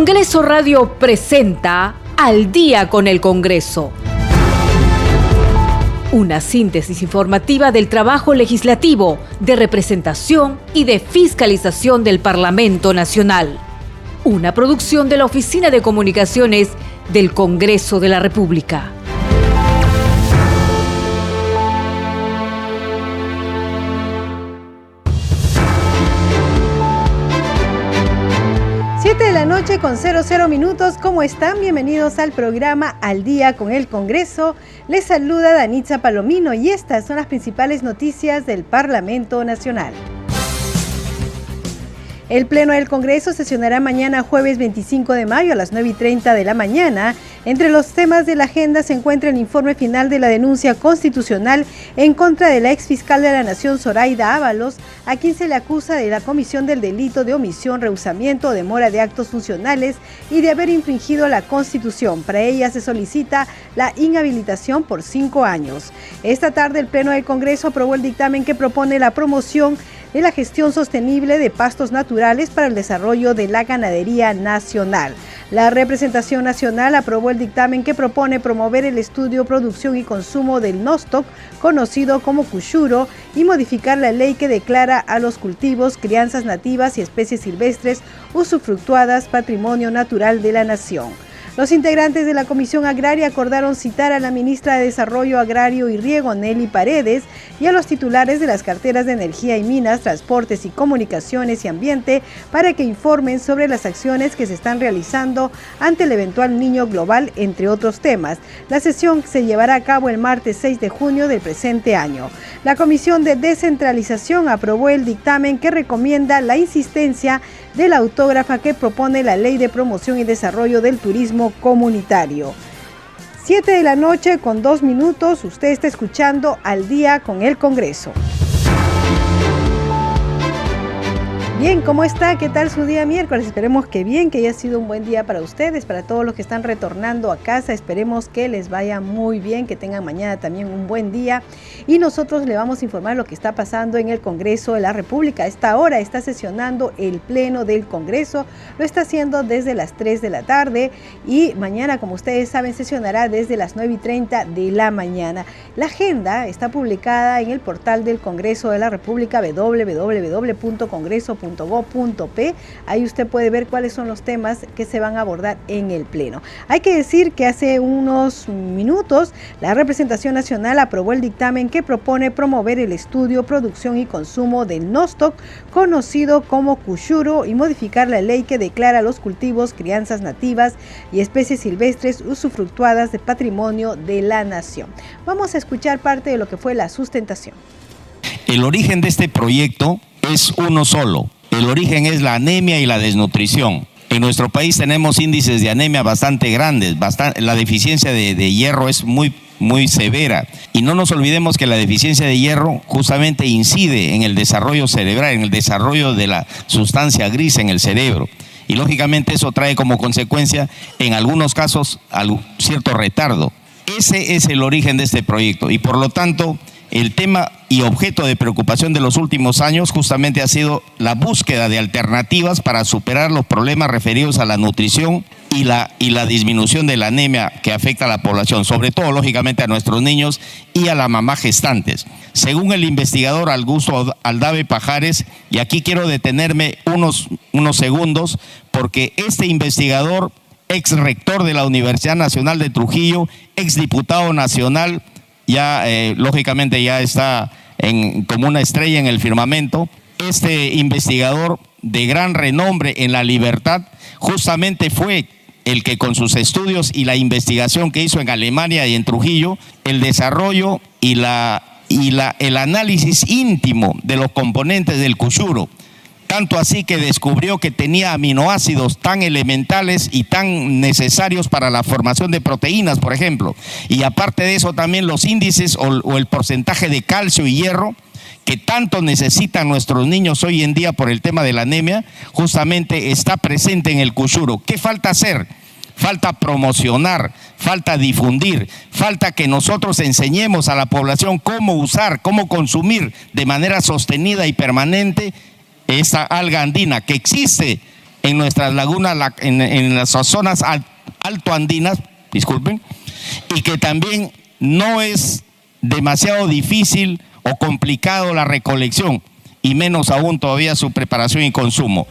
Congreso Radio presenta Al Día con el Congreso. Una síntesis informativa del trabajo legislativo, de representación y de fiscalización del Parlamento Nacional. Una producción de la Oficina de Comunicaciones del Congreso de la República. De la noche con 00 minutos. ¿Cómo están? Bienvenidos al programa Al Día con el Congreso. Les saluda Danitza Palomino y estas son las principales noticias del Parlamento Nacional. El Pleno del Congreso sesionará mañana jueves 25 de mayo a las 9:30 de la mañana. Entre los temas de la agenda se encuentra el informe final de la denuncia constitucional en contra de la exfiscal de la Nación, Zoraida Ábalos, a quien se le acusa de la comisión del delito de omisión, rehusamiento o demora de actos funcionales y de haber infringido la Constitución. Para ella se solicita la inhabilitación por 5 años. Esta tarde el Pleno del Congreso aprobó el dictamen que propone la promoción de la gestión sostenible de pastos naturales para el desarrollo de la ganadería nacional. La representación nacional aprobó el dictamen que propone promover el estudio, producción y consumo del nostoc, conocido como cuchuro, y modificar la ley que declara a los cultivos, crianzas nativas y especies silvestres usufructuadas patrimonio natural de la nación. Los integrantes de la Comisión Agraria acordaron citar a la ministra de Desarrollo Agrario y Riego, Nelly Paredes, y a los titulares de las carteras de Energía y Minas, Transportes y Comunicaciones y Ambiente para que informen sobre las acciones que se están realizando ante el eventual niño global, entre otros temas. La sesión se llevará a cabo el martes 6 de junio del presente año. La Comisión de Descentralización aprobó el dictamen que recomienda la insistencia de la autógrafa que propone la Ley de Promoción y Desarrollo del Turismo Comunitario. 7 de la noche con 2 minutos, usted está escuchando Al Día con el Congreso. Bien, ¿cómo está? ¿Qué tal su día miércoles? Esperemos que bien, que haya sido un buen día para ustedes, para todos los que están retornando a casa. Esperemos que les vaya muy bien, que tengan mañana también un buen día. Y nosotros le vamos a informar lo que está pasando en el Congreso de la República. A esta hora está sesionando el Pleno del Congreso. Lo está haciendo desde las 3 de la tarde y mañana, como ustedes saben, sesionará desde las 9:30 de la mañana. La agenda está publicada en el portal del Congreso de la República, www.congreso.gov.p. Ahí usted puede ver cuáles son los temas que se van a abordar en el Pleno. Hay que decir que hace unos minutos la representación nacional aprobó el dictamen que propone promover el estudio, producción y consumo del nostoc, conocido como cuchuro, y modificar la ley que declara los cultivos, crianzas nativas y especies silvestres usufructuadas de patrimonio de la nación. Vamos a escuchar parte de lo que fue la sustentación. El origen de este proyecto es uno solo. El origen es la anemia y la desnutrición. En nuestro país tenemos índices de anemia bastante grandes, la deficiencia de hierro es muy severa. Y no nos olvidemos que la deficiencia de hierro justamente incide en el desarrollo cerebral, en el desarrollo de la sustancia gris en el cerebro. Y lógicamente eso trae como consecuencia, en algunos casos, cierto retardo. Ese es el origen de este proyecto y por lo tanto el tema y objeto de preocupación de los últimos años justamente ha sido la búsqueda de alternativas para superar los problemas referidos a la nutrición y la disminución de la anemia que afecta a la población, sobre todo lógicamente a nuestros niños y a las mamás gestantes. Según el investigador Augusto Aldave Pajares, y aquí quiero detenerme unos segundos, porque este investigador, ex rector de la Universidad Nacional de Trujillo, ex diputado nacional, ya lógicamente ya está como una estrella en el firmamento. Este investigador de gran renombre en la libertad justamente fue el que con sus estudios y la investigación que hizo en Alemania y en Trujillo, el desarrollo y el análisis íntimo de los componentes del cuchuro. Tanto así que descubrió que tenía aminoácidos tan elementales y tan necesarios para la formación de proteínas, por ejemplo. Y aparte de eso también los índices o el porcentaje de calcio y hierro que tanto necesitan nuestros niños hoy en día por el tema de la anemia, justamente está presente en el cuchuro. ¿Qué falta hacer? Falta promocionar, falta difundir, falta que nosotros enseñemos a la población cómo usar, cómo consumir de manera sostenida y permanente esta alga andina que existe en nuestras lagunas, en las zonas altoandinas, disculpen, y que también no es demasiado difícil o complicado la recolección, y menos aún todavía su preparación y consumo.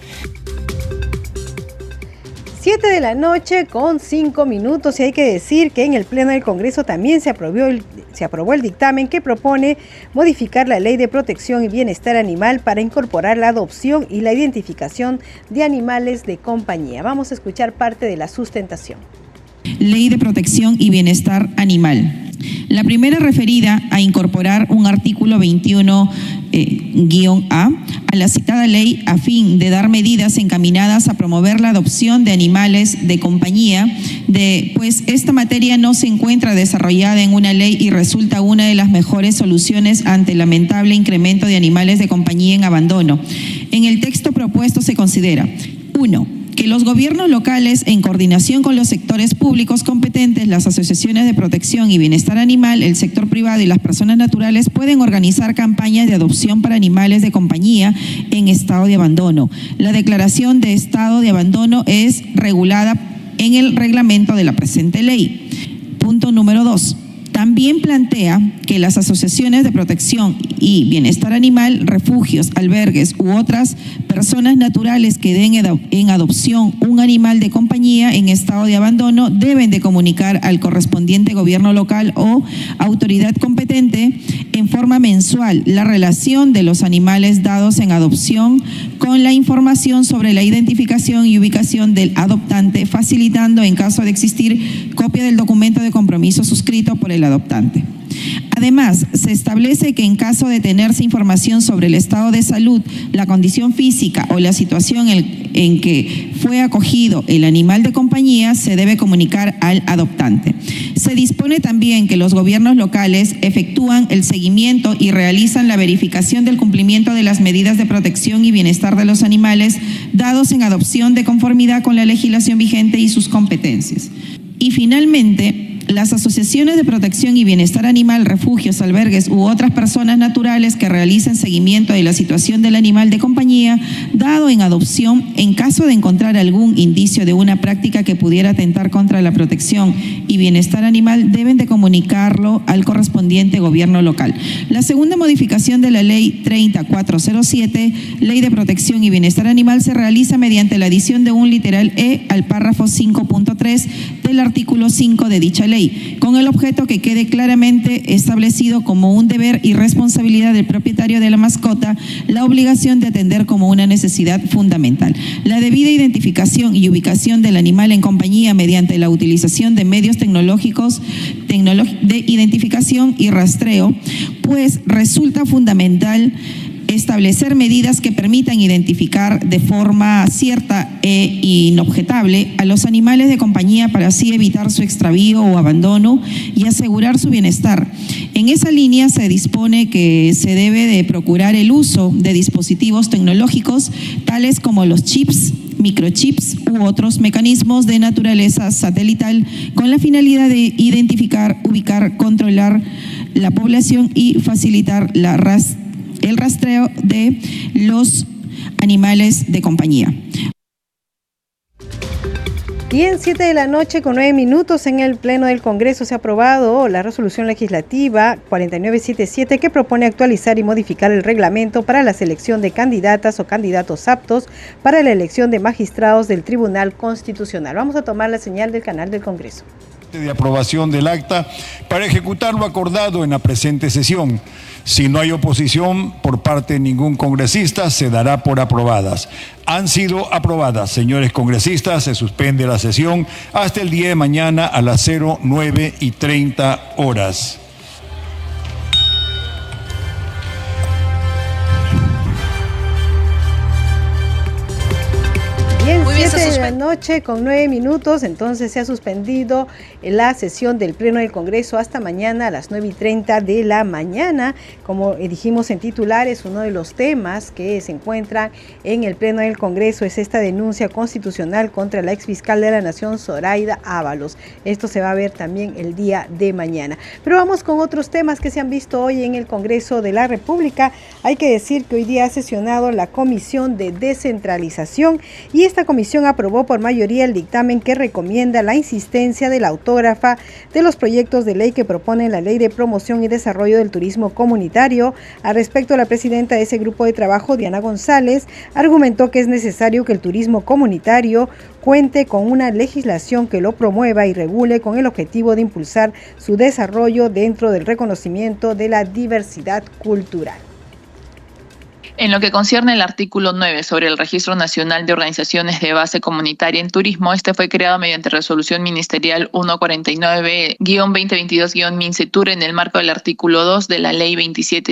7 de la noche con 5 minutos, y hay que decir que en el Pleno del Congreso también se aprobó el dictamen que propone modificar la Ley de Protección y Bienestar Animal para incorporar la adopción y la identificación de animales de compañía. Vamos a escuchar parte de la sustentación. Ley de Protección y Bienestar Animal. La primera referida a incorporar un artículo 21-A a la citada ley a fin de dar medidas encaminadas a promover la adopción de animales de compañía, pues esta materia no se encuentra desarrollada en una ley y resulta una de las mejores soluciones ante el lamentable incremento de animales de compañía en abandono. En el texto propuesto se considera: 1. Que los gobiernos locales, en coordinación con los sectores públicos competentes, las asociaciones de protección y bienestar animal, el sector privado y las personas naturales, pueden organizar campañas de adopción para animales de compañía en estado de abandono. La declaración de estado de abandono es regulada en el reglamento de la presente ley. Punto número 2. También plantea que las asociaciones de protección y bienestar animal, refugios, albergues u otras personas naturales que den en adopción un animal de compañía en estado de abandono deben de comunicar al correspondiente gobierno local o autoridad competente en forma mensual la relación de los animales dados en adopción con la información sobre la identificación y ubicación del adoptante, facilitando, en caso de existir, copia del documento de compromiso suscrito por el adoptante. Además, se establece que en caso de tenerse información sobre el estado de salud, la condición física o la situación en que fue acogido el animal de compañía, se debe comunicar al adoptante. Se dispone también que los gobiernos locales efectúan el seguimiento y realizan la verificación del cumplimiento de las medidas de protección y bienestar de los animales dados en adopción de conformidad con la legislación vigente y sus competencias. Y finalmente, las asociaciones de protección y bienestar animal, refugios, albergues u otras personas naturales que realicen seguimiento de la situación del animal de compañía dado en adopción, en caso de encontrar algún indicio de una práctica que pudiera atentar contra la protección y bienestar animal, deben de comunicarlo al correspondiente gobierno local. La segunda modificación de la Ley 30407, Ley de Protección y Bienestar Animal, se realiza mediante la adición de un literal E al párrafo 5.3 del artículo 5 de dicha ley, con el objeto que quede claramente establecido como un deber y responsabilidad del propietario de la mascota la obligación de atender como una necesidad fundamental la debida identificación y ubicación del animal en compañía mediante la utilización de medios tecnológicos de identificación y rastreo, pues resulta fundamental establecer medidas que permitan identificar de forma cierta e inobjetable a los animales de compañía para así evitar su extravío o abandono y asegurar su bienestar. En esa línea se dispone que se debe de procurar el uso de dispositivos tecnológicos tales como los chips, microchips u otros mecanismos de naturaleza satelital con la finalidad de identificar, ubicar, controlar la población y facilitar el rastreo de los animales de compañía. Y en 7 de la noche con 9 minutos en el Pleno del Congreso se ha aprobado la resolución legislativa 4977 que propone actualizar y modificar el reglamento para la selección de candidatas o candidatos aptos para la elección de magistrados del Tribunal Constitucional. Vamos a tomar la señal del canal del Congreso. De aprobación del acta para ejecutar lo acordado en la presente sesión. Si no hay oposición por parte de ningún congresista, se dará por aprobadas. Han sido aprobadas, señores congresistas. Se suspende la sesión hasta el día de mañana a las 09:30 horas. Bien, Muy bien, de la noche con 9 minutos, entonces se ha suspendido la sesión del Pleno del Congreso hasta mañana a las 9:30 de la mañana. Como dijimos en titulares, uno de los temas que se encuentran en el Pleno del Congreso es esta denuncia constitucional contra la exfiscal de la Nación, Zoraida Ábalos. Esto se va a ver también el día de mañana. Pero vamos con otros temas que se han visto hoy en el Congreso de la República. Hay que decir que hoy día ha sesionado la Comisión de Descentralización y esta comisión aprobó por mayoría el dictamen que recomienda la insistencia de la autógrafa de los proyectos de ley que proponen la Ley de Promoción y Desarrollo del Turismo Comunitario. Al respecto, la presidenta de ese grupo de trabajo, Diana González, argumentó que es necesario que el turismo comunitario cuente con una legislación que lo promueva y regule con el objetivo de impulsar su desarrollo dentro del reconocimiento de la diversidad cultural. En lo que concierne el artículo 9 sobre el Registro Nacional de Organizaciones de Base Comunitaria en Turismo, este fue creado mediante Resolución Ministerial 149-2022-MINCETUR en el marco del artículo 2 de la Ley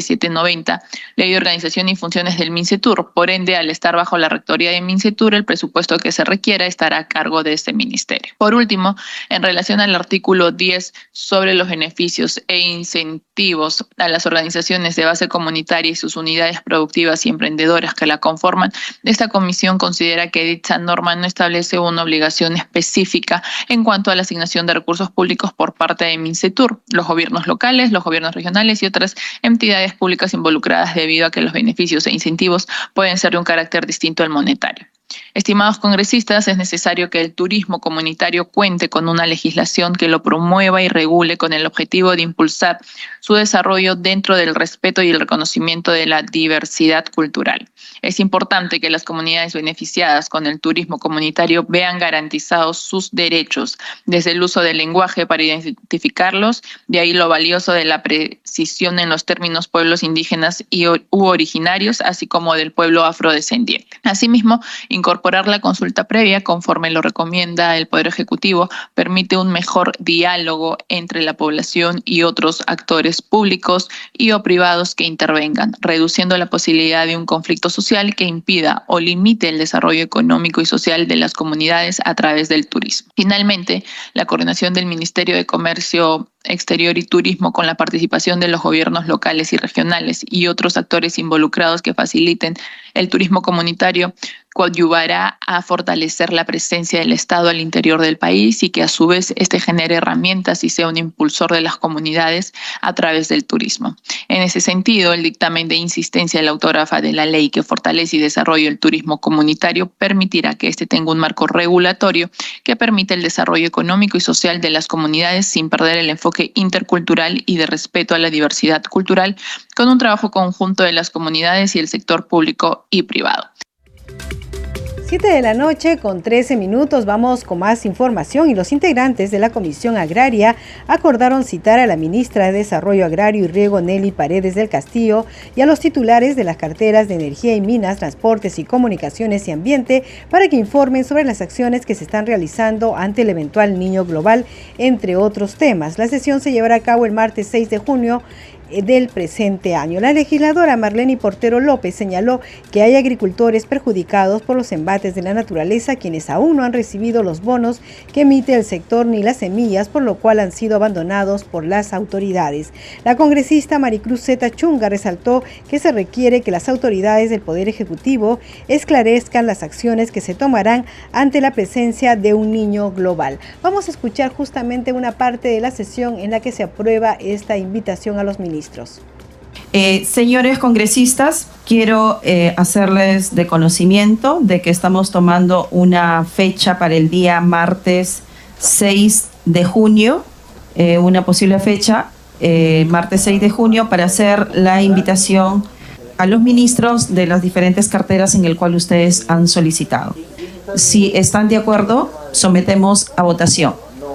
27790, Ley de Organización y Funciones del MINCETUR. Por ende, al estar bajo la rectoría de MINCETUR, el presupuesto que se requiera estará a cargo de este ministerio. Por último, en relación al artículo 10 sobre los beneficios e incentivos a las organizaciones de base comunitaria y sus unidades productivas y emprendedoras que la conforman, esta comisión considera que dicha norma no establece una obligación específica en cuanto a la asignación de recursos públicos por parte de MINCETUR, los gobiernos locales, los gobiernos regionales y otras entidades públicas involucradas, debido a que los beneficios e incentivos pueden ser de un carácter distinto al monetario. Estimados congresistas, es necesario que el turismo comunitario cuente con una legislación que lo promueva y regule con el objetivo de impulsar su desarrollo dentro del respeto y el reconocimiento de la diversidad cultural. Es importante que las comunidades beneficiadas con el turismo comunitario vean garantizados sus derechos, desde el uso del lenguaje para identificarlos, de ahí lo valioso de la precisión en los términos pueblos indígenas u originarios, así como del pueblo afrodescendiente. Asimismo, incorporar la consulta previa, conforme lo recomienda el Poder Ejecutivo, permite un mejor diálogo entre la población y otros actores públicos y o privados que intervengan, reduciendo la posibilidad de un conflicto social que impida o limite el desarrollo económico y social de las comunidades a través del turismo. Finalmente, la coordinación del Ministerio de Comercio Exterior y Turismo, con la participación de los gobiernos locales y regionales y otros actores involucrados que faciliten el turismo comunitario, coadyuvará a fortalecer la presencia del Estado al interior del país y que a su vez este genere herramientas y sea un impulsor de las comunidades a través del turismo. En ese sentido, el dictamen de insistencia de la autógrafa de la ley que fortalece y desarrolla el turismo comunitario permitirá que este tenga un marco regulatorio que permita el desarrollo económico y social de las comunidades sin perder el enfoque intercultural y de respeto a la diversidad cultural, con un trabajo conjunto de las comunidades y el sector público y privado. 7 de la noche con 13 minutos, vamos con más información y los integrantes de la Comisión Agraria acordaron citar a la ministra de Desarrollo Agrario y Riego, Nelly Paredes del Castillo, y a los titulares de las carteras de Energía y Minas, Transportes y Comunicaciones y Ambiente para que informen sobre las acciones que se están realizando ante el eventual Niño Global, entre otros temas. La sesión se llevará a cabo el martes 6 de junio del presente año. La legisladora Marlene Portero López señaló que hay agricultores perjudicados por los embates de la naturaleza, quienes aún no han recibido los bonos que emite el sector ni las semillas, por lo cual han sido abandonados por las autoridades. La congresista Maricruz Zeta Chunga resaltó que se requiere que las autoridades del Poder Ejecutivo esclarezcan las acciones que se tomarán ante la presencia de un niño global. Vamos a escuchar justamente una parte de la sesión en la que se aprueba esta invitación a los ministros. Señores congresistas, quiero hacerles de conocimiento de que estamos tomando una fecha para el día martes 6 de junio, una posible fecha, martes 6 de junio, para hacer la invitación a los ministros de las diferentes carteras en el cual ustedes han solicitado. Si están de acuerdo, sometemos a votación.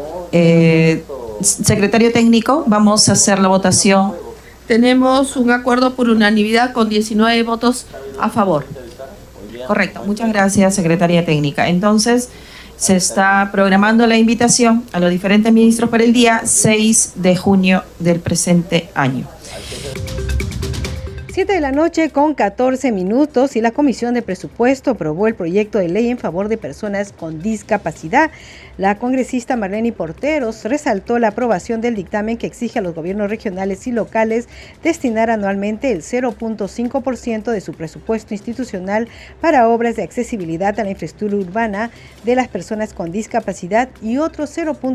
Secretario técnico, vamos a hacer la votación. Tenemos un acuerdo por unanimidad con 19 votos a favor. Correcto, muchas gracias, secretaria técnica. Entonces, se está programando la invitación a los diferentes ministros para el día 6 de junio del presente año. 7 de la noche con 14 minutos y la Comisión de Presupuesto aprobó el proyecto de ley en favor de personas con discapacidad. La congresista Marlene Porteros resaltó la aprobación del dictamen que exige a los gobiernos regionales y locales destinar anualmente el 0.5% de su presupuesto institucional para obras de accesibilidad a la infraestructura urbana de las personas con discapacidad y otro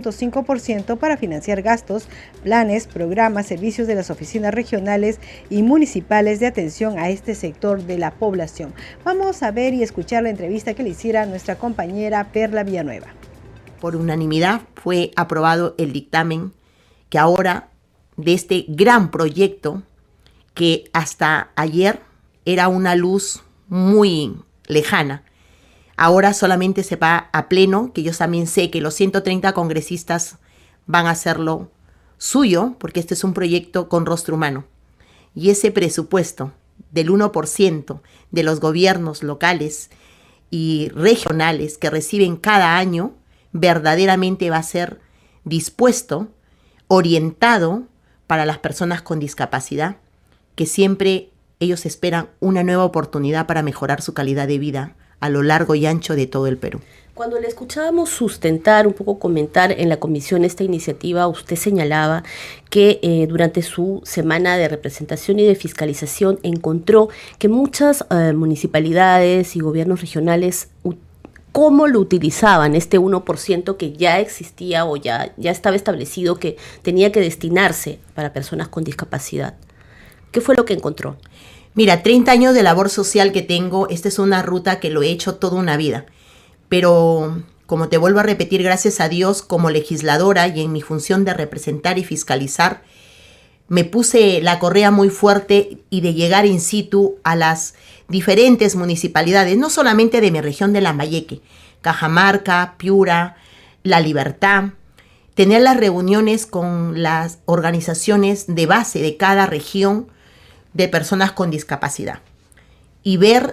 0.5% para financiar gastos, planes, programas, servicios de las oficinas regionales y municipales de atención a este sector de la población. Vamos a ver y escuchar la entrevista que le hiciera nuestra compañera Perla Villanueva. Por unanimidad fue aprobado el dictamen que ahora de este gran proyecto que hasta ayer era una luz muy lejana. Ahora solamente se va a pleno, que yo también sé que los 130 congresistas van a hacerlo suyo, porque este es un proyecto con rostro humano. Y ese presupuesto del 1% de los gobiernos locales y regionales que reciben cada año, verdaderamente va a ser dispuesto, orientado para las personas con discapacidad, que siempre ellos esperan una nueva oportunidad para mejorar su calidad de vida a lo largo y ancho de todo el Perú. Cuando le escuchábamos sustentar, un poco comentar en la comisión esta iniciativa, usted señalaba que durante su semana de representación y de fiscalización encontró que muchas municipalidades y gobiernos regionales cómo lo utilizaban, este 1% que ya existía o ya estaba establecido que tenía que destinarse para personas con discapacidad. ¿Qué fue lo que encontró? Mira, 30 años de labor social que tengo, esta es una ruta que lo he hecho toda una vida. Pero, como te vuelvo a repetir, gracias a Dios, como legisladora y en mi función de representar y fiscalizar, me puse la correa muy fuerte y de llegar in situ a las diferentes municipalidades, no solamente de mi región de Lambayeque, Cajamarca, Piura, La Libertad, tener las reuniones con las organizaciones de base de cada región de personas con discapacidad y ver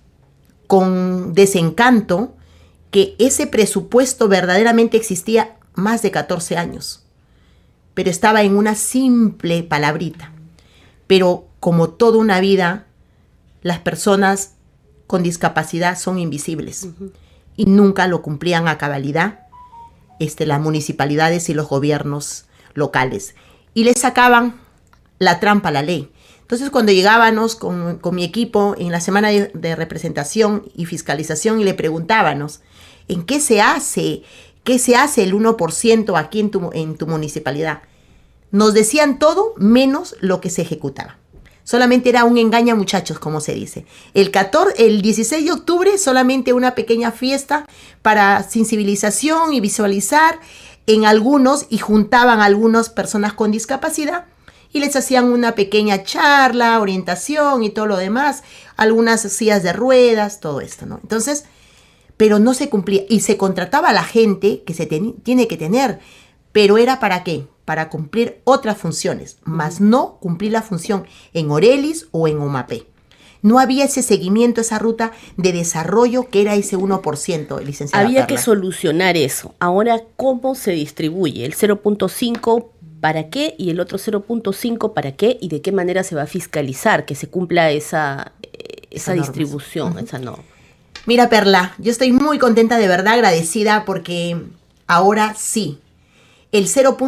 con desencanto que ese presupuesto verdaderamente existía más de 14 años, pero estaba en una simple palabrita. Pero como toda una vida, las personas con discapacidad son invisibles y nunca lo cumplían a cabalidad las municipalidades y los gobiernos locales. Y les sacaban la trampa a la ley. Entonces, cuando llegábamos con mi equipo en la semana de representación y fiscalización y le preguntábamos, ¿en qué se hace? ¿Qué se hace el 1% aquí en tu municipalidad? Nos decían todo menos lo que se ejecutaba. Solamente era un engaño, muchachos, como se dice. El 16 de octubre, solamente una pequeña fiesta para sensibilización y visualizar en algunos, y juntaban a algunas personas con discapacidad, y les hacían una pequeña charla, orientación y todo lo demás, algunas sillas de ruedas, todo esto, ¿no? Entonces, pero no se cumplía, y se contrataba a la gente que se tiene que tener, pero ¿era para qué? Para cumplir otras funciones, más no cumplir la función en Orelis o en OMAPE. No había ese seguimiento, esa ruta de desarrollo que era ese 1%, licenciada Había Perla. que solucionar eso. Ahora, ¿cómo se distribuye? ¿El 0.5 para qué y el otro 0.5 para qué? ¿Y de qué manera se va a fiscalizar que se cumpla esa distribución, esa norma? Mira, Perla, yo estoy muy contenta, de verdad agradecida, porque ahora sí, el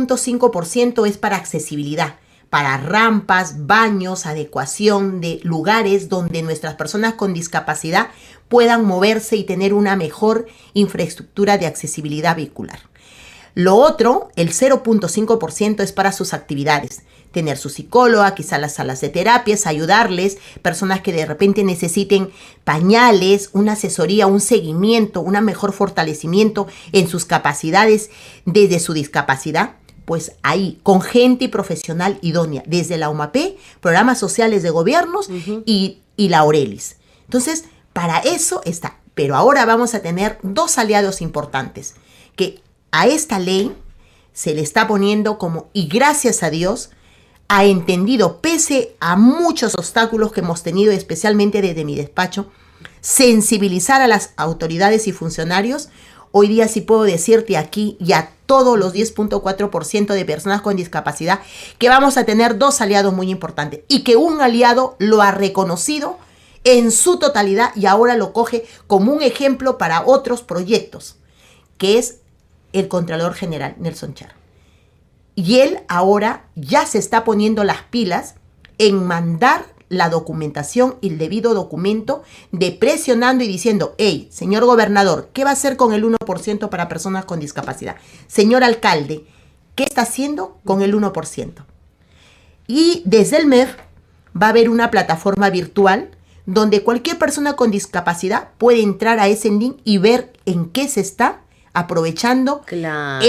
0.5% es para accesibilidad, para rampas, baños, adecuación de lugares donde nuestras personas con discapacidad puedan moverse y tener una mejor infraestructura de accesibilidad vehicular. Lo otro, el 0.5% es para sus actividades. Tener su psicóloga, quizá las salas de terapias, ayudarles, personas que de repente necesiten pañales, una asesoría, un seguimiento, un mejor fortalecimiento en sus capacidades desde su discapacidad. Pues ahí, con gente profesional idónea, desde la OMAPE, programas sociales de gobiernos y la Orelis. Entonces, para eso está. Pero ahora vamos a tener dos aliados importantes, que a esta ley se le está poniendo como, y gracias a Dios, ha entendido, pese a muchos obstáculos que hemos tenido, especialmente desde mi despacho, sensibilizar a las autoridades y funcionarios. Hoy día sí puedo decirte aquí y a todos los 10.4% de personas con discapacidad que vamos a tener 2 aliados muy importantes y que un aliado lo ha reconocido en su totalidad y ahora lo coge como un ejemplo para otros proyectos, que es el Contralor General Nelson Char. Y él ahora ya se está poniendo las pilas en mandar la documentación y el debido documento, de presionando y diciendo: hey, señor gobernador, ¿qué va a hacer con el 1% para personas con discapacidad? Señor alcalde, ¿qué está haciendo con el 1%? Y desde el MEF va a haber una plataforma virtual donde cualquier persona con discapacidad puede entrar a ese link y ver en qué se está aprovechando el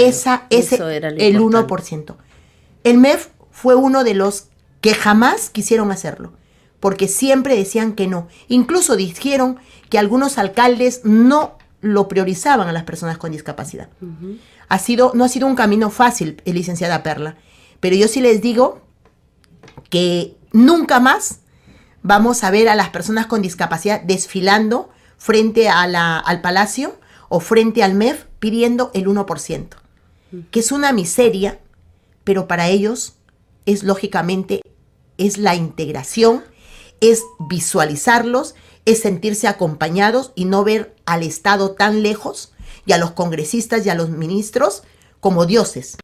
1%. El MEF fue uno de los que jamás quisieron hacerlo, porque siempre decían que no. Incluso dijeron que algunos alcaldes no lo priorizaban a las personas con discapacidad. Uh-huh. No ha sido un camino fácil, licenciada Perla, pero yo sí les digo que nunca más vamos a ver a las personas con discapacidad desfilando frente al Palacio o frente al MEF pidiendo el 1%, que es una miseria, pero para ellos es lógicamente la integración, es visualizarlos, es sentirse acompañados y no ver al Estado tan lejos y a los congresistas y a los ministros como dioses.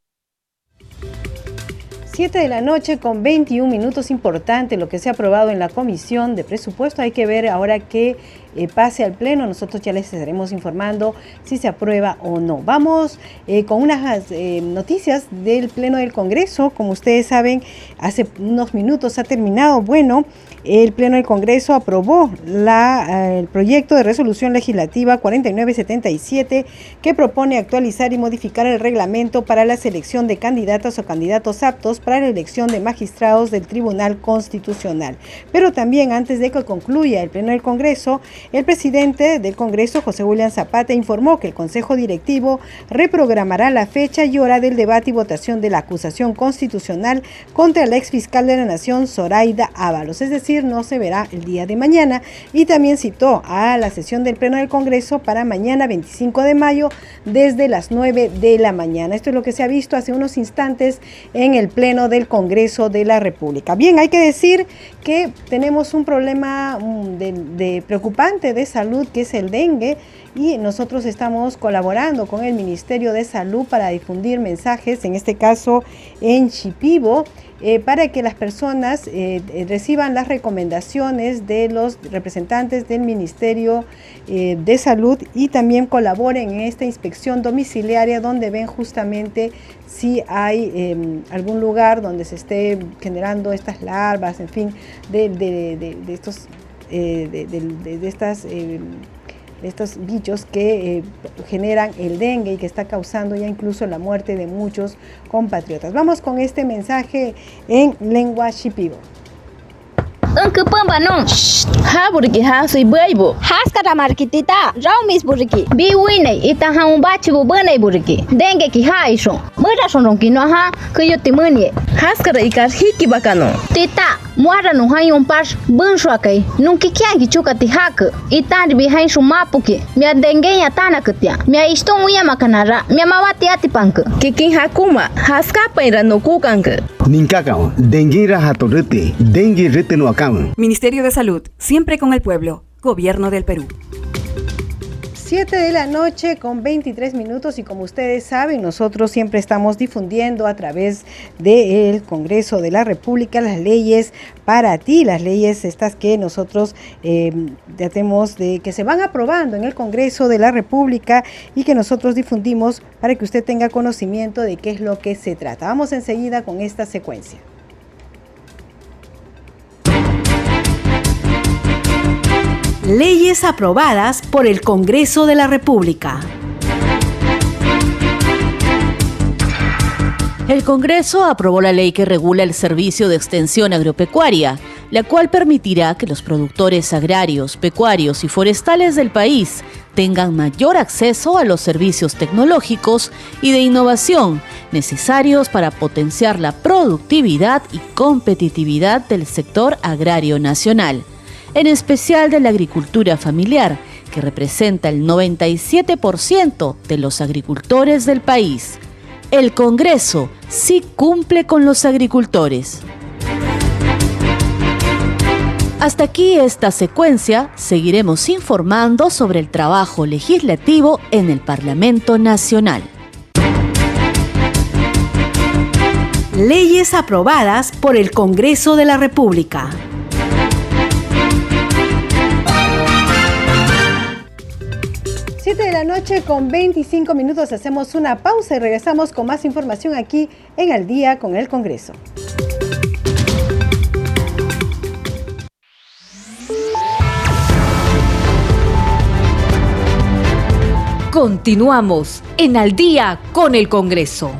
7 de la noche con 21 minutos, importante lo que se ha aprobado en la Comisión de Presupuesto. Hay que ver ahora que pase al Pleno. Nosotros ya les estaremos informando si se aprueba o no. Vamos con unas noticias del Pleno del Congreso. Como ustedes saben, hace unos minutos ha terminado. Bueno, el Pleno del Congreso aprobó el proyecto de resolución legislativa 4977 que propone actualizar y modificar el reglamento para la selección de candidatas o candidatos aptos para la elección de magistrados del Tribunal Constitucional. Pero también, antes de que concluya el Pleno del Congreso, el presidente del Congreso, José William Zapata, informó que el Consejo Directivo reprogramará la fecha y hora del debate y votación de la acusación constitucional contra la exfiscal de la Nación, Zoraida Ábalos, es decir, no se verá el día de mañana, y también citó a la sesión del Pleno del Congreso para mañana 25 de mayo desde las 9 de la mañana. Esto es lo que se ha visto hace unos instantes en el Pleno del Congreso de la República. Bien, hay que decir que tenemos un problema de preocupante de salud, que es el dengue, y nosotros estamos colaborando con el Ministerio de Salud para difundir mensajes, en este caso en Shipibo, para que las personas reciban las recomendaciones de los representantes del Ministerio de Salud y también colaboren en esta inspección domiciliaria donde ven justamente si hay algún lugar donde se esté generando estas larvas, en fin, de estos bichos que generan el dengue y que está causando ya incluso la muerte de muchos compatriotas. Vamos con este mensaje en lengua shipibo. Ha buriki ha soy baibo. Haskara markitita, raumis buriki. Bi winai ita ha un bachibu banai buriki. Dengue ki ha isho. Mura sonron ki no ha kuyoti munie. Haskara ikar hiki bakano. Tita, muara no hai un par bunshwa kai. Nunki kyangi chukati hak. Itandi bi hai shu mapuki. Mia dengue ya tanakatya. Mia iston uya makanara. Mia mawati atipank. Kikin hakuma. Haska paira no kukank. Ninkakao, dengue rajato rete. Dengue rete no akam. Ministerio de Salud, siempre con el pueblo. Gobierno del Perú. 7 de la noche con 23 minutos y como ustedes saben, nosotros siempre estamos difundiendo a través del Congreso de la República las leyes para ti, las leyes estas que nosotros tratemos de que se van aprobando en el Congreso de la República y que nosotros difundimos para que usted tenga conocimiento de qué es lo que se trata. Vamos enseguida con esta secuencia. Leyes aprobadas por el Congreso de la República. El Congreso aprobó la ley que regula el servicio de extensión agropecuaria, la cual permitirá que los productores agrarios, pecuarios y forestales del país tengan mayor acceso a los servicios tecnológicos y de innovación necesarios para potenciar la productividad y competitividad del sector agrario nacional, en especial de la agricultura familiar, que representa el 97% de los agricultores del país. El Congreso sí cumple con los agricultores. Hasta aquí esta secuencia. Seguiremos informando sobre el trabajo legislativo en el Parlamento Nacional. Leyes aprobadas por el Congreso de la República. De la noche con 25 minutos, hacemos una pausa y regresamos con más información aquí en Al Día con el Congreso. Continuamos en Al Día con el Congreso.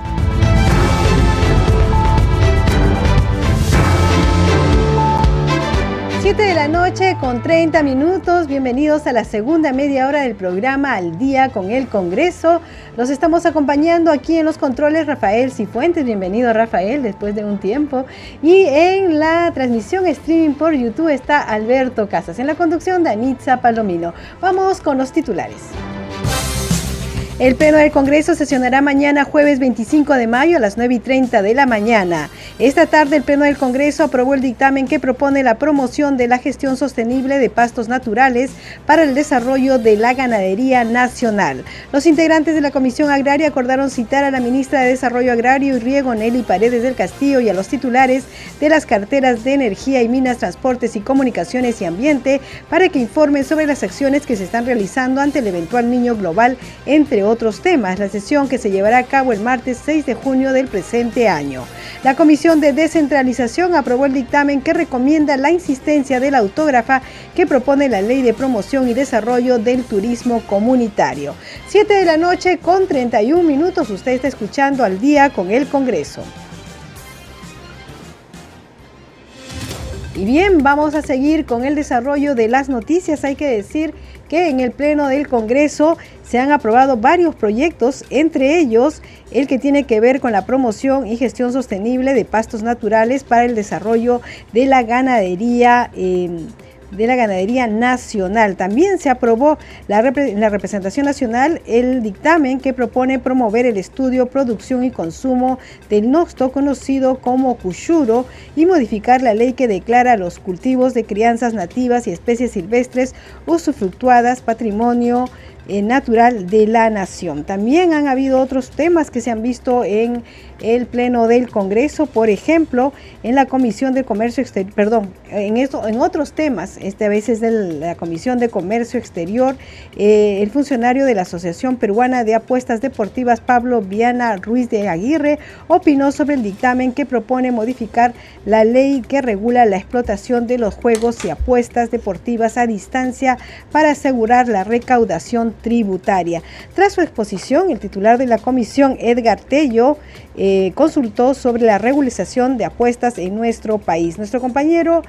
De la noche con 30 minutos. Bienvenidos a la segunda media hora del programa Al Día con el Congreso. Los estamos acompañando aquí en los controles Rafael Cifuentes. Bienvenido, Rafael, después de un tiempo. Y en la transmisión streaming por YouTube está Alberto Casas. En la conducción, Danitza Palomino. Vamos con los titulares. El Pleno del Congreso sesionará mañana jueves 25 de mayo a las 9:30 de la mañana. Esta tarde el Pleno del Congreso aprobó el dictamen que propone la promoción de la gestión sostenible de pastos naturales para el desarrollo de la ganadería nacional. Los integrantes de la Comisión Agraria acordaron citar a la ministra de Desarrollo Agrario y Riego, Nelly Paredes del Castillo, y a los titulares de las carteras de Energía y Minas, Transportes y Comunicaciones y Ambiente para que informen sobre las acciones que se están realizando ante el eventual niño global, entre otros temas. La sesión, que se llevará a cabo el martes 6 de junio del presente año. La Comisión de Descentralización aprobó el dictamen que recomienda la insistencia de la autógrafa que propone la Ley de Promoción y Desarrollo del Turismo Comunitario. 7 de la noche con 31 minutos. Usted está escuchando Al Día con el Congreso. Y bien, vamos a seguir con el desarrollo de las noticias. Hay que decir que en el Pleno del Congreso se han aprobado varios proyectos, entre ellos el que tiene que ver con la promoción y gestión sostenible de pastos naturales para el desarrollo de la ganadería nacional. También se aprobó en la representación nacional el dictamen que propone promover el estudio, producción y consumo del nosto, conocido como cuchuro, y modificar la ley que declara los cultivos de crianzas nativas y especies silvestres usufructuadas patrimonio natural de la nación. También han habido otros temas que se han visto en el Pleno del Congreso, por ejemplo, en la Comisión de Comercio Exterior, en otros temas, a veces de la Comisión de Comercio Exterior, el funcionario de la Asociación Peruana de Apuestas Deportivas, Pablo Viana Ruiz de Aguirre, opinó sobre el dictamen que propone modificar la ley que regula la explotación de los juegos y apuestas deportivas a distancia para asegurar la recaudación tributaria. Tras su exposición, el titular de la comisión, Edgar Tello, consultó sobre la regularización de apuestas en nuestro país. Nuestro compañero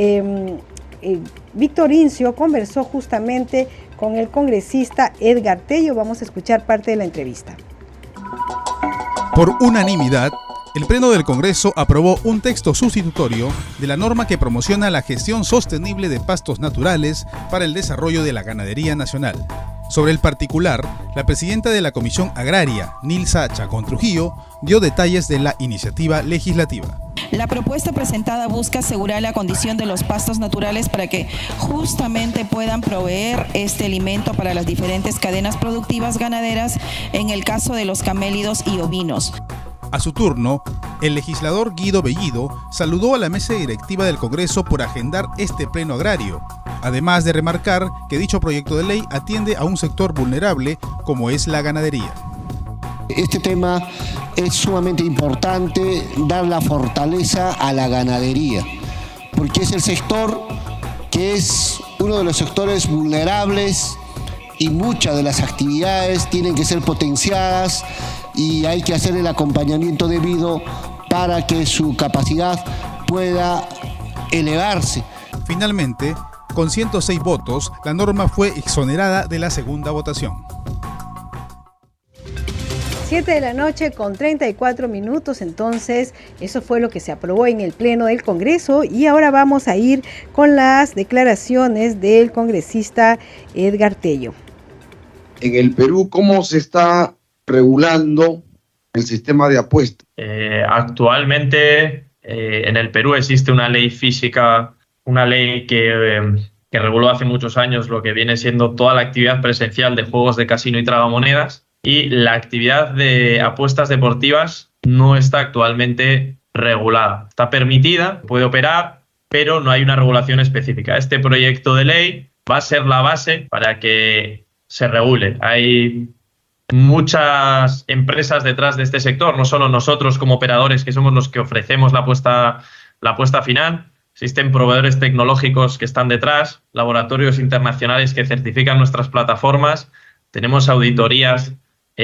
Víctor Incio conversó justamente con el congresista Edgar Tello. Vamos a escuchar parte de la entrevista. Por unanimidad, el Pleno del Congreso aprobó un texto sustitutorio de la norma que promociona la gestión sostenible de pastos naturales para el desarrollo de la ganadería nacional. Sobre el particular, la presidenta de la Comisión Agraria, Nilsa Chacón Trujillo, dio detalles de la iniciativa legislativa. La propuesta presentada busca asegurar la condición de los pastos naturales para que justamente puedan proveer este alimento para las diferentes cadenas productivas ganaderas, en el caso de los camélidos y ovinos. A su turno, el legislador Guido Bellido saludó a la mesa directiva del Congreso por agendar este pleno agrario, además de remarcar que dicho proyecto de ley atiende a un sector vulnerable como es la ganadería. Este tema es sumamente importante, dar la fortaleza a la ganadería, porque es el sector que es uno de los sectores vulnerables y muchas de las actividades tienen que ser potenciadas y hay que hacer el acompañamiento debido para que su capacidad pueda elevarse. Finalmente, con 106 votos, la norma fue exonerada de la segunda votación. 7 de la noche con 34 minutos, entonces eso fue lo que se aprobó en el Pleno del Congreso y ahora vamos a ir con las declaraciones del congresista Edgar Tello. En el Perú, ¿cómo se está regulando el sistema de apuestas? Actualmente en el Perú existe una ley física, una ley que reguló hace muchos años lo que viene siendo toda la actividad presencial de juegos de casino y tragamonedas, y la actividad de apuestas deportivas no está actualmente regulada. Está permitida, puede operar, pero no hay una regulación específica. Este proyecto de ley va a ser la base para que se regule. Hay muchas empresas detrás de este sector, no solo nosotros como operadores, que somos los que ofrecemos la apuesta final. Existen proveedores tecnológicos que están detrás, laboratorios internacionales que certifican nuestras plataformas, tenemos auditorías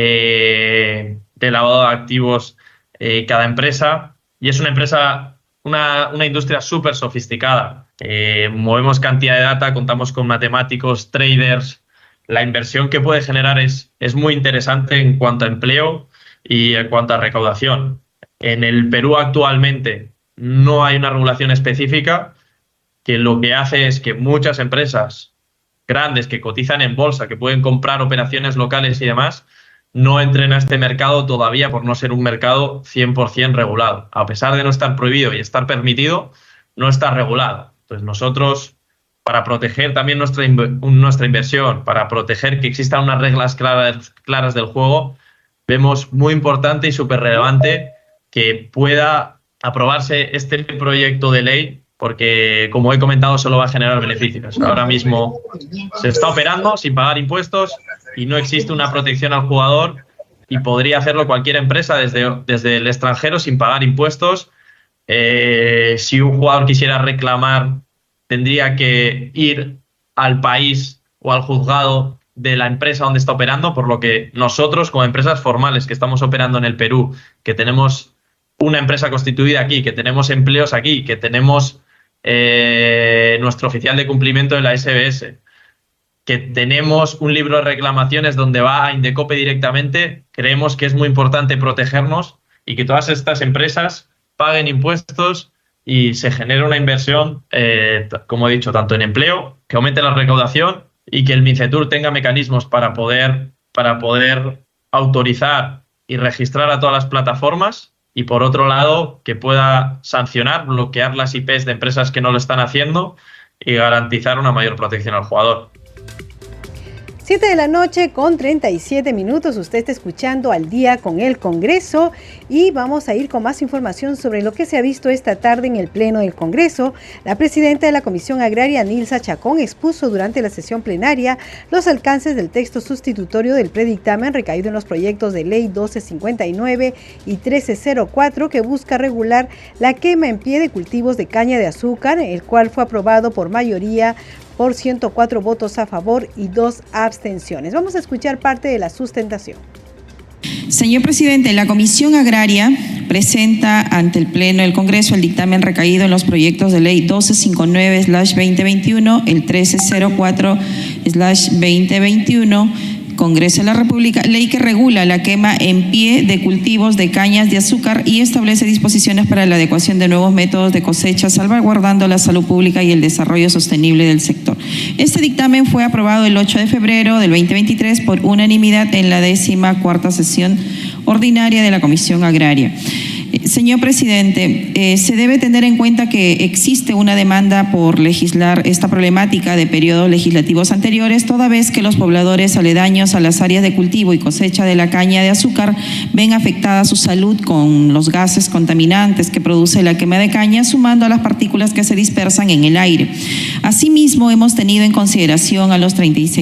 de lavado de activos cada empresa, y es una empresa, una industria súper sofisticada. Movemos cantidad de data, contamos con matemáticos, traders. La inversión que puede generar es muy interesante en cuanto a empleo y en cuanto a recaudación. En el Perú actualmente no hay una regulación específica, que lo que hace es que muchas empresas grandes que cotizan en bolsa, que pueden comprar operaciones locales y demás, no entren a este mercado todavía por no ser un mercado 100% regulado. A pesar de no estar prohibido y estar permitido, no está regulado. Entonces nosotros, para proteger también nuestra inversión, para proteger que existan unas reglas claras del juego, vemos muy importante y súper relevante que pueda aprobarse este proyecto de ley, porque, como he comentado, solo va a generar beneficios. Ahora mismo se está operando sin pagar impuestos y no existe una protección al jugador, y podría hacerlo cualquier empresa desde el extranjero sin pagar impuestos. Si un jugador quisiera reclamar, tendría que ir al país o al juzgado de la empresa donde está operando, por lo que nosotros, como empresas formales que estamos operando en el Perú, que tenemos una empresa constituida aquí, que tenemos empleos aquí, que tenemos nuestro oficial de cumplimiento de la SBS, que tenemos un libro de reclamaciones donde va a Indecope directamente, creemos que es muy importante protegernos y que todas estas empresas paguen impuestos y se genere una inversión, como he dicho, tanto en empleo, que aumente la recaudación, y que el MINCETUR tenga mecanismos para poder autorizar y registrar a todas las plataformas, y por otro lado que pueda sancionar, bloquear las IPs de empresas que no lo están haciendo y garantizar una mayor protección al jugador. 7 de la noche con 37 minutos, usted está escuchando Al Día con el Congreso, y vamos a ir con más información sobre lo que se ha visto esta tarde en el Pleno del Congreso. La presidenta de la Comisión Agraria, Nilsa Chacón, expuso durante la sesión plenaria los alcances del texto sustitutorio del predictamen recaído en los proyectos de ley 1259 y 1304, que busca regular la quema en pie de cultivos de caña de azúcar, el cual fue aprobado por mayoría por 104 votos a favor y 2 abstenciones. Vamos a escuchar parte de la sustentación. Señor presidente, la Comisión Agraria presenta ante el Pleno del Congreso el dictamen recaído en los proyectos de ley 1259/2021, el 1304/2021, Congreso de la República, ley que regula la quema en pie de cultivos de cañas de azúcar y establece disposiciones para la adecuación de nuevos métodos de cosecha, salvaguardando la salud pública y el desarrollo sostenible del sector. Este dictamen fue aprobado el 8 de febrero del 2023 por unanimidad en la 14ª sesión ordinaria de la Comisión Agraria. Señor presidente, se debe tener en cuenta que existe una demanda por legislar esta problemática de periodos legislativos anteriores, toda vez que los pobladores aledaños a las áreas de cultivo y cosecha de la caña de azúcar ven afectada su salud con los gases contaminantes que produce la quema de caña, sumando a las partículas que se dispersan en el aire. Asimismo, hemos tenido en consideración a los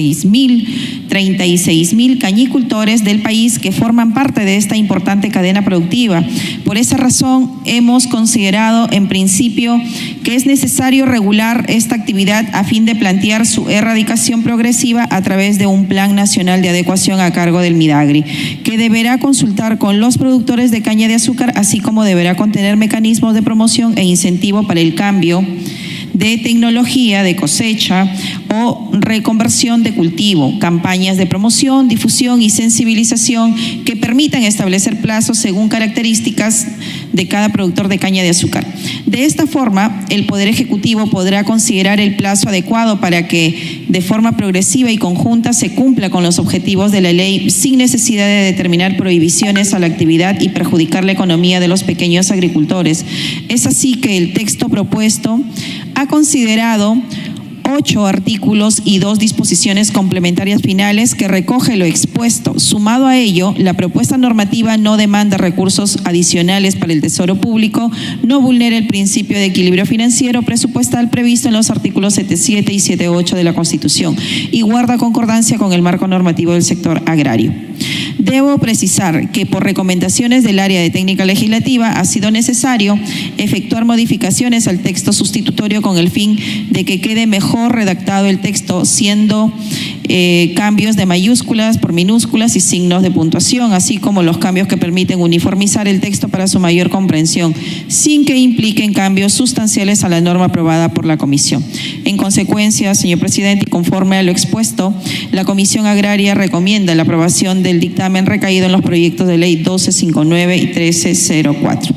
36.000 cañicultores del país que forman parte de esta importante cadena productiva. Por esa razón, hemos considerado en principio que es necesario regular esta actividad a fin de plantear su erradicación progresiva a través de un Plan Nacional de Adecuación a cargo del Midagri, que deberá consultar con los productores de caña de azúcar, así como deberá contener mecanismos de promoción e incentivo para el cambio de tecnología de cosecha o reconversión de cultivo, campañas de promoción, difusión y sensibilización que permitan establecer plazos según características de cada productor de caña de azúcar. De esta forma, el Poder Ejecutivo podrá considerar el plazo adecuado para que de forma progresiva y conjunta se cumpla con los objetivos de la ley sin necesidad de determinar prohibiciones a la actividad y perjudicar la economía de los pequeños agricultores. Es así que el texto propuesto ha considerado 8 artículos y 2 disposiciones complementarias finales que recoge lo expuesto. Sumado a ello, la propuesta normativa no demanda recursos adicionales para el Tesoro Público, no vulnera el principio de equilibrio financiero presupuestal previsto en los artículos 7.7 y 7.8 de la Constitución y guarda concordancia con el marco normativo del sector agrario. Debo precisar que por recomendaciones del área de técnica legislativa ha sido necesario efectuar modificaciones al texto sustitutorio con el fin de que quede mejor redactado el texto, siendo cambios de mayúsculas por minúsculas y signos de puntuación, así como los cambios que permiten uniformizar el texto para su mayor comprensión, sin que impliquen cambios sustanciales a la norma aprobada por la Comisión. En consecuencia, señor presidente, y conforme a lo expuesto, la Comisión Agraria recomienda la aprobación del dictamen recaído en los proyectos de ley 1259 y 1304.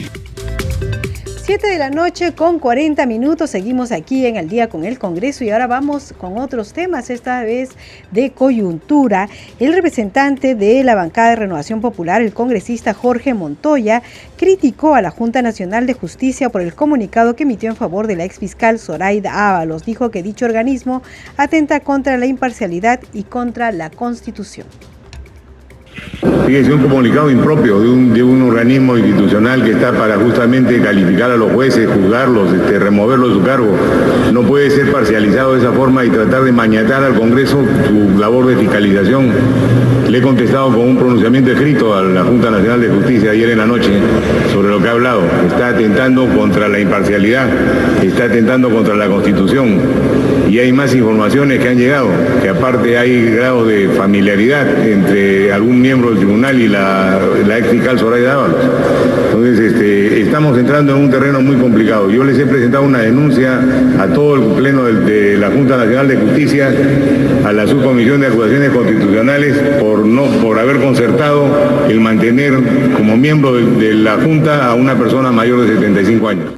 7 de la noche con 40 minutos, seguimos aquí en Al Día con el Congreso y ahora vamos con otros temas, esta vez de coyuntura. El representante de la bancada de Renovación Popular, el congresista Jorge Montoya, criticó a la Junta Nacional de Justicia por el comunicado que emitió en favor de la exfiscal Zoraida Ábalos. Dijo que dicho organismo atenta contra la imparcialidad y contra la Constitución. Fíjese, un comunicado impropio de un organismo institucional que está para justamente calificar a los jueces, juzgarlos, removerlos de su cargo. No puede ser parcializado de esa forma y tratar de mañatar al Congreso su labor de fiscalización. Le he contestado con un pronunciamiento escrito a la Junta Nacional de Justicia ayer en la noche sobre lo que ha hablado. Está atentando contra la imparcialidad, está atentando contra la Constitución. Y hay más informaciones que han llegado, que aparte hay grado de familiaridad entre algún miembro del tribunal y la ex fiscal Zoraida Ábalos. Entonces, estamos entrando en un terreno muy complicado. Yo les he presentado una denuncia a todo el pleno de la Junta Nacional de Justicia, a la Subcomisión de Acusaciones Constitucionales, por haber concertado el mantener como miembro de la Junta a una persona mayor de 75 años.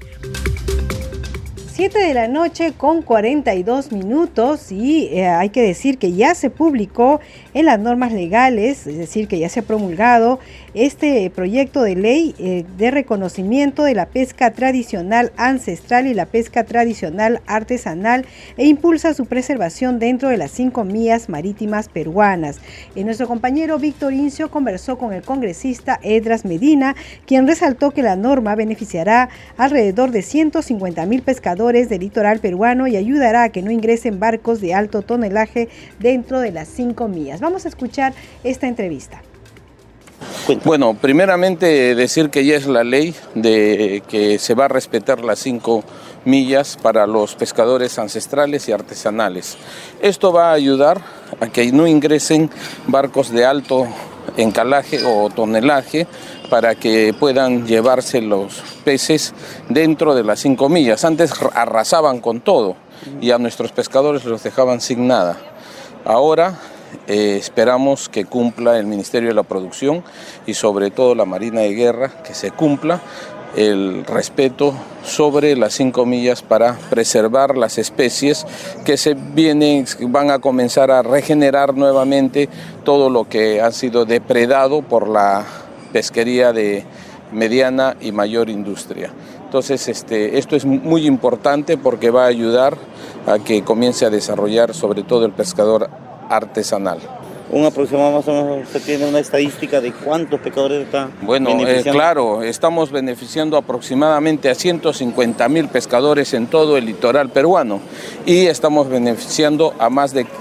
7 de la noche con 42 minutos y hay que decir que ya se publicó en las normas legales, es decir, que ya se ha promulgado este proyecto de ley de reconocimiento de la pesca tradicional ancestral y la pesca tradicional artesanal e impulsa su preservación dentro de las 5 millas marítimas peruanas. Nuestro compañero Víctor Incio conversó con el congresista Edras Medina, quien resaltó que la norma beneficiará alrededor de 150.000 pescadores del litoral peruano y ayudará a que no ingresen barcos de alto tonelaje dentro de las 5 millas. Vamos a escuchar esta entrevista. Bueno, primeramente decir que ya es la ley de que se va a respetar las 5 millas para los pescadores ancestrales y artesanales. Esto va a ayudar a que no ingresen barcos de alto encalaje o tonelaje para que puedan llevarse los peces dentro de las 5 millas. Antes arrasaban con todo y a nuestros pescadores los dejaban sin nada. Ahora esperamos que cumpla el Ministerio de la Producción y sobre todo la Marina de Guerra, que se cumpla el respeto sobre las 5 millas para preservar las especies que van a comenzar a regenerar nuevamente todo lo que ha sido depredado por la pesquería de mediana y mayor industria. Entonces esto es muy importante porque va a ayudar a que comience a desarrollar sobre todo el pescador artesanal. Un aproximado más o menos, ¿usted tiene una estadística de cuántos pescadores está beneficiando? Claro, estamos beneficiando aproximadamente a 150.000 pescadores en todo el litoral peruano y estamos beneficiando a más de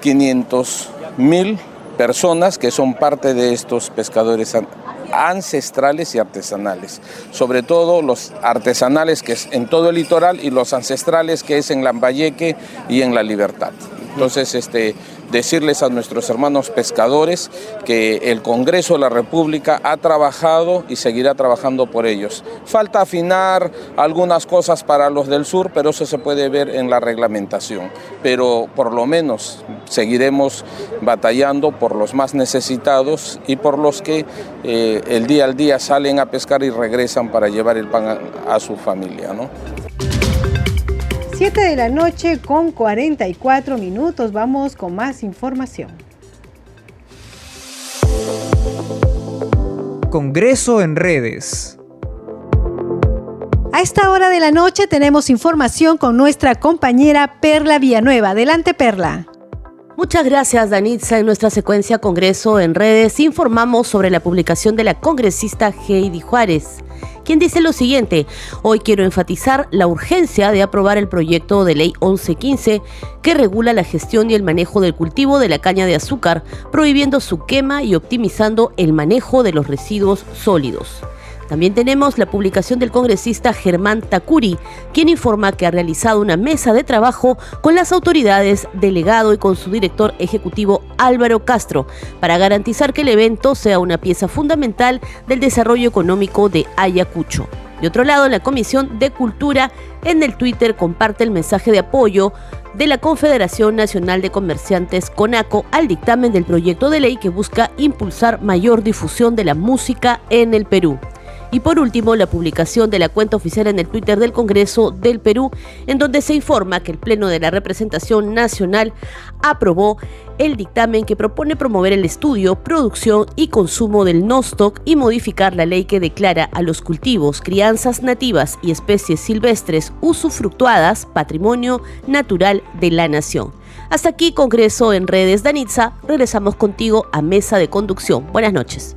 500.000 personas que son parte de estos pescadores ancestrales y artesanales, sobre todo los artesanales que es en todo el litoral y los ancestrales que es en Lambayeque y en La Libertad. Entonces decirles a nuestros hermanos pescadores que el Congreso de la República ha trabajado y seguirá trabajando por ellos. Falta afinar algunas cosas para los del sur, pero eso se puede ver en la reglamentación. Pero por lo menos seguiremos batallando por los más necesitados y por los que el día al día salen a pescar y regresan para llevar el pan a su familia, ¿no? 7 de la noche con 44 minutos. Vamos con más información. Congreso en redes. A esta hora de la noche tenemos información con nuestra compañera Perla Villanueva. Adelante, Perla. Muchas gracias, Danitza. En nuestra secuencia Congreso en redes informamos sobre la publicación de la congresista Heidi Juárez, quien dice lo siguiente: hoy quiero enfatizar la urgencia de aprobar el proyecto de ley 1115 que regula la gestión y el manejo del cultivo de la caña de azúcar, prohibiendo su quema y optimizando el manejo de los residuos sólidos. También tenemos la publicación del congresista Germán Tacuri, quien informa que ha realizado una mesa de trabajo con las autoridades, delegado y con su director ejecutivo Álvaro Castro para garantizar que el evento sea una pieza fundamental del desarrollo económico de Ayacucho. De otro lado, la Comisión de Cultura en el Twitter comparte el mensaje de apoyo de la Confederación Nacional de Comerciantes CONACO al dictamen del proyecto de ley que busca impulsar mayor difusión de la música en el Perú. Y por último, la publicación de la cuenta oficial en el Twitter del Congreso del Perú, en donde se informa que el Pleno de la Representación Nacional aprobó el dictamen que propone promover el estudio, producción y consumo del nostoc y modificar la ley que declara a los cultivos, crianzas nativas y especies silvestres usufructuadas patrimonio natural de la nación. Hasta aquí, Congreso en redes. Danitza, regresamos contigo a Mesa de Conducción. Buenas noches.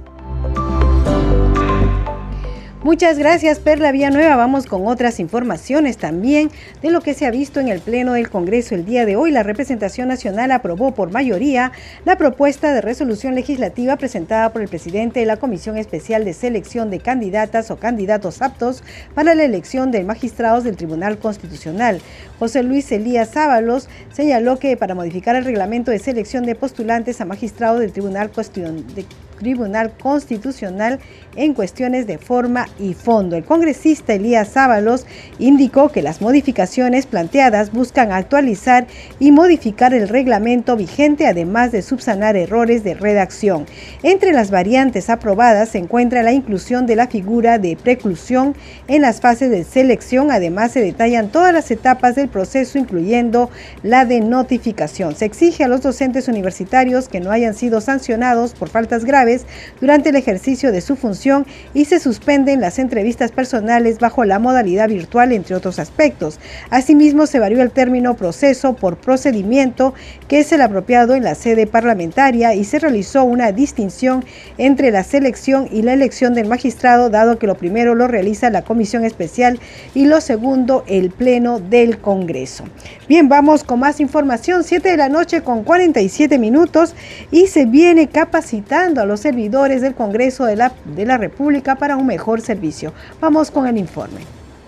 Muchas gracias, Perla Villanueva. Vamos con otras informaciones también de lo que se ha visto en el Pleno del Congreso el día de hoy. La representación nacional aprobó por mayoría la propuesta de resolución legislativa presentada por el presidente de la Comisión Especial de Selección de Candidatas o Candidatos Aptos para la elección de magistrados del Tribunal Constitucional. José Luis Elías Ábalos señaló que para modificar el reglamento de selección de postulantes a magistrados del Tribunal Constitucional en cuestiones de forma y fondo. El congresista Elías Ábalos indicó que las modificaciones planteadas buscan actualizar y modificar el reglamento vigente, además de subsanar errores de redacción. Entre las variantes aprobadas se encuentra la inclusión de la figura de preclusión en las fases de selección. Además, se detallan todas las etapas del proceso, incluyendo la de notificación. Se exige a los docentes universitarios que no hayan sido sancionados por faltas graves durante el ejercicio de su función y se suspenden las entrevistas personales bajo la modalidad virtual, entre otros aspectos. Asimismo, se varió el término proceso por procedimiento, que es el apropiado en la sede parlamentaria, y se realizó una distinción entre la selección y la elección del magistrado, dado que lo primero lo realiza la Comisión Especial y lo segundo el Pleno del Congreso. Bien, vamos con más información. 7 de la noche con 47 minutos y se viene capacitando a los servidores del Congreso de la República para un mejor servicio. Vamos con el informe.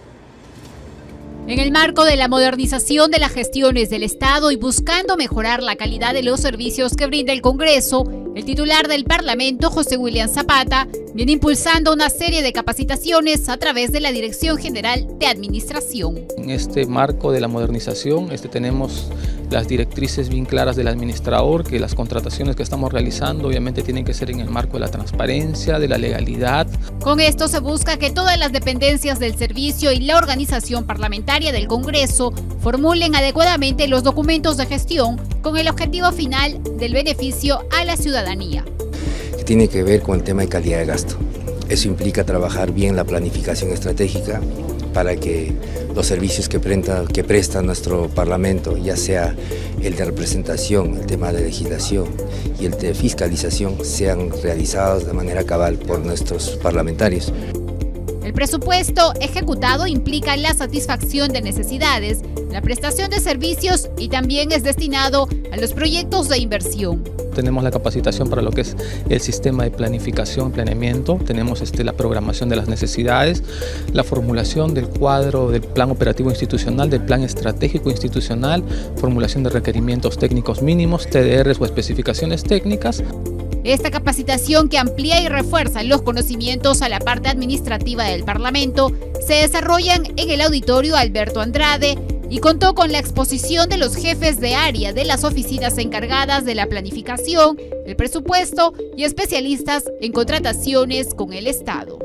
En el marco de la modernización de las gestiones del Estado y buscando mejorar la calidad de los servicios que brinda el Congreso, el titular del Parlamento, José William Zapata, viene impulsando una serie de capacitaciones a través de la Dirección General de Administración. En este marco de la modernización tenemos las directrices bien claras del administrador, que las contrataciones que estamos realizando obviamente tienen que ser en el marco de la transparencia, de la legalidad. Con esto se busca que todas las dependencias del servicio y la organización parlamentaria del Congreso formulen adecuadamente los documentos de gestión con el objetivo final del beneficio a la ciudadanía. Tiene que ver con el tema de calidad de gasto. Eso implica trabajar bien la planificación estratégica para que los servicios que presta nuestro Parlamento, ya sea el de representación, el tema de legislación y el de fiscalización, sean realizados de manera cabal por nuestros parlamentarios. El presupuesto ejecutado implica la satisfacción de necesidades, la prestación de servicios y también es destinado a los proyectos de inversión. tenemos la capacitación para lo que es el sistema de planificación, planeamiento, tenemos la programación de las necesidades, la formulación del cuadro del plan operativo institucional, del plan estratégico institucional, formulación de requerimientos técnicos mínimos, TDRs o especificaciones técnicas. Esta capacitación, que amplía y refuerza los conocimientos a la parte administrativa del Parlamento, se desarrollan en el Auditorio Alberto Andrade y contó con la exposición de los jefes de área de las oficinas encargadas de la planificación, el presupuesto y especialistas en contrataciones con el Estado.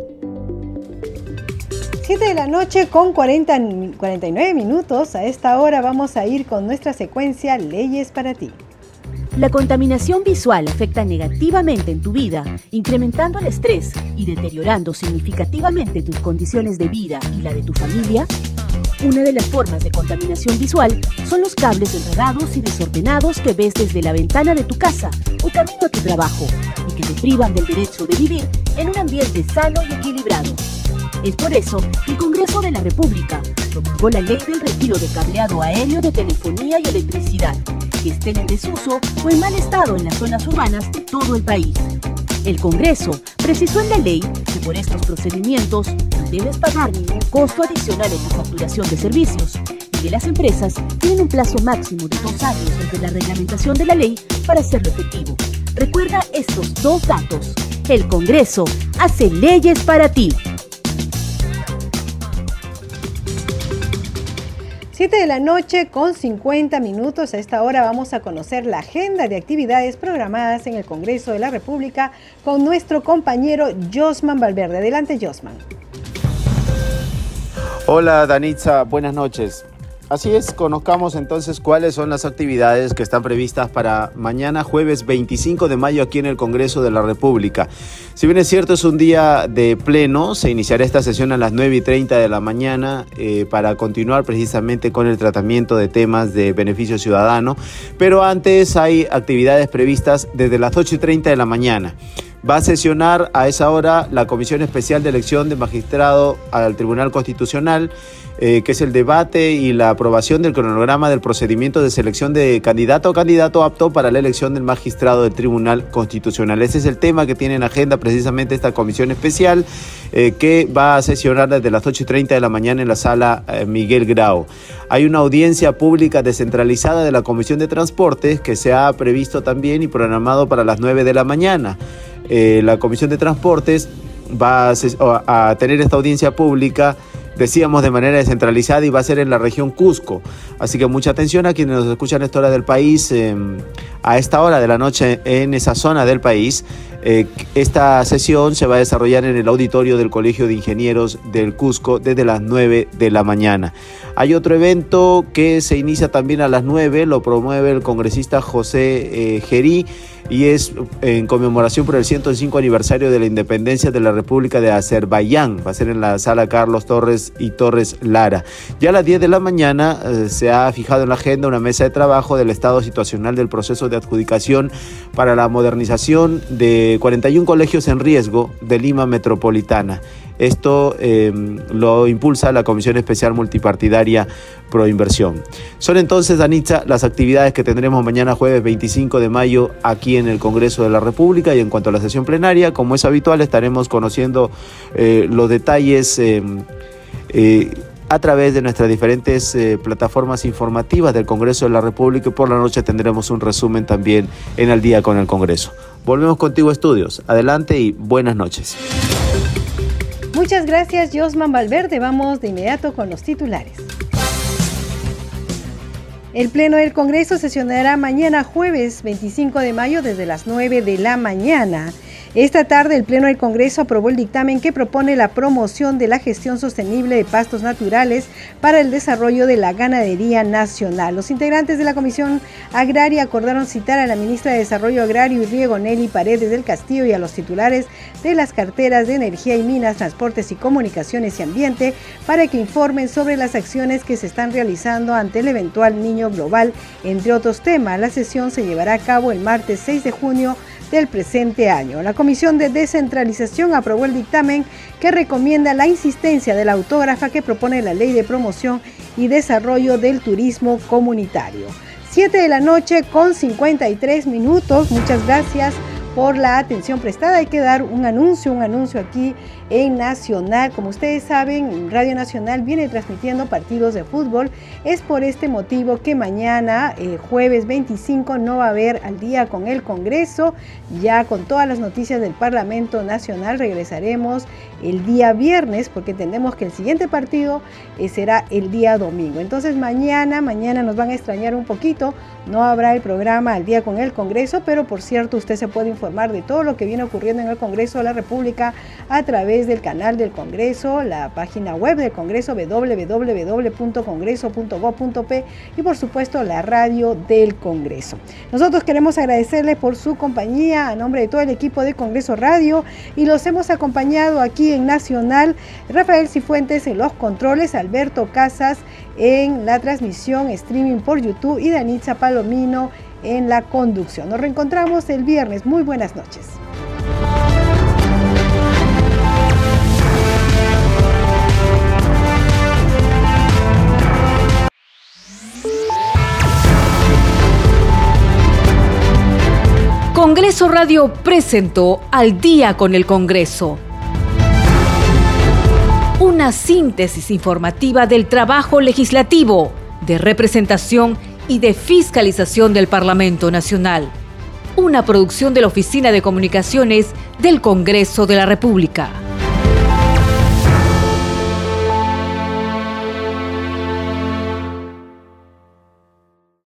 7 de la noche con 49 minutos. A esta hora vamos a ir con nuestra secuencia Leyes para ti. La contaminación visual afecta negativamente en tu vida, incrementando el estrés y deteriorando significativamente tus condiciones de vida y la de tu familia. Una de las formas de contaminación visual son los cables enredados y desordenados que ves desde la ventana de tu casa o camino a tu trabajo y que te privan del derecho de vivir en un ambiente sano y equilibrado. Es por eso que el Congreso de la República promulgó la Ley del Retiro de Cableado Aéreo de Telefonía y Electricidad, que estén en desuso o en mal estado en las zonas urbanas de todo el país. El Congreso precisó en la ley que por estos procedimientos no debes pagar ningún costo adicional en tu facturación de servicios y que las empresas tienen un plazo máximo de 2 años desde la reglamentación de la ley para hacerlo efectivo. Recuerda estos 2 datos. El Congreso hace leyes para ti. 7 de la noche con 50 minutos. A esta hora vamos a conocer la agenda de actividades programadas en el Congreso de la República con nuestro compañero Josman Valverde. Adelante, Josman. Hola, Danitza, buenas noches. Así es, conozcamos entonces cuáles son las actividades que están previstas para mañana jueves 25 de mayo aquí en el Congreso de la República. Si bien es cierto, es un día de pleno, se iniciará esta sesión a las 9:30 de la mañana para continuar precisamente con el tratamiento de temas de beneficio ciudadano, pero antes hay actividades previstas desde las 8:30 de la mañana. Va a sesionar a esa hora la Comisión Especial de Elección de Magistrado al Tribunal Constitucional, que es el debate y la aprobación del cronograma del procedimiento de selección de candidato o candidato apto para la elección del magistrado del Tribunal Constitucional. Ese es el tema que tiene en agenda precisamente esta comisión especial, que va a sesionar desde las 8:30 de la mañana en la sala Miguel Grau. Hay una audiencia pública descentralizada de la Comisión de Transportes que se ha previsto también y programado para las 9 de la mañana. La Comisión de Transportes va a tener esta audiencia pública, decíamos, de manera descentralizada, y va a ser en la región Cusco. Así que mucha atención a quienes nos escuchan a esta hora del país, a esta hora de la noche en esa zona del país. Esta sesión se va a desarrollar en el auditorio del Colegio de Ingenieros del Cusco desde las 9 de la mañana. Hay otro evento que se inicia también a las 9, lo promueve el congresista José Gerí, y es en conmemoración por el 105 aniversario de la independencia de la República de Azerbaiyán. Va a ser en la sala Carlos Torres y Torres Lara. Ya a las 10 de la mañana se ha fijado en la agenda una mesa de trabajo del estado situacional del proceso de adjudicación para la modernización de 41 colegios en riesgo de Lima Metropolitana. Esto lo impulsa la Comisión Especial Multipartidaria Proinversión. Son entonces, Danitza, las actividades que tendremos mañana jueves 25 de mayo aquí en el Congreso de la República. Y en cuanto a la sesión plenaria, como es habitual, estaremos conociendo los detalles a través de nuestras diferentes plataformas informativas del Congreso de la República, y por la noche tendremos un resumen también en Al Día con el Congreso. Volvemos contigo, Estudios. Adelante y buenas noches. Muchas gracias, Josman Valverde. Vamos de inmediato con los titulares. El Pleno del Congreso sesionará mañana jueves 25 de mayo desde las 9 de la mañana. Esta tarde el Pleno del Congreso aprobó el dictamen que propone la promoción de la gestión sostenible de pastos naturales para el desarrollo de la ganadería nacional. Los integrantes de la Comisión Agraria acordaron citar a la ministra de Desarrollo Agrario y Riego, Nelly Paredes del Castillo, y a los titulares de las carteras de Energía y Minas, Transportes y Comunicaciones y Ambiente para que informen sobre las acciones que se están realizando ante el eventual Niño Global, entre otros temas. La sesión se llevará a cabo el martes 6 de junio del presente año. La Comisión de Descentralización aprobó el dictamen que recomienda la insistencia de la autógrafa que propone la Ley de Promoción y Desarrollo del Turismo Comunitario. 7:53 a.m. Muchas gracias por la atención prestada. Hay que dar un anuncio aquí en Nacional. Como ustedes saben, Radio Nacional viene transmitiendo partidos de fútbol. Es por este motivo que mañana, jueves 25, no va a haber Al Día con el Congreso. Ya con todas las noticias del Parlamento Nacional regresaremos el día viernes, porque entendemos que el siguiente partido será el día domingo. Entonces mañana nos van a extrañar un poquito. No habrá el programa Al Día con el Congreso, pero por cierto usted se puede informar de todo lo que viene ocurriendo en el Congreso de la República a través del canal del Congreso, la página web del Congreso www.congreso.gov.p y por supuesto la radio del Congreso. Nosotros queremos agradecerle por su compañía a nombre de todo el equipo de Congreso Radio, y los hemos acompañado aquí en Nacional, Rafael Cifuentes en los controles, Alberto Casas en la transmisión streaming por YouTube y Danitza Palomino en la conducción. Nos reencontramos el viernes. Muy buenas noches. Congreso Radio presentó Al Día con el Congreso. Una síntesis informativa del trabajo legislativo, de representación y de fiscalización del Parlamento Nacional. Una producción de la Oficina de Comunicaciones del Congreso de la República.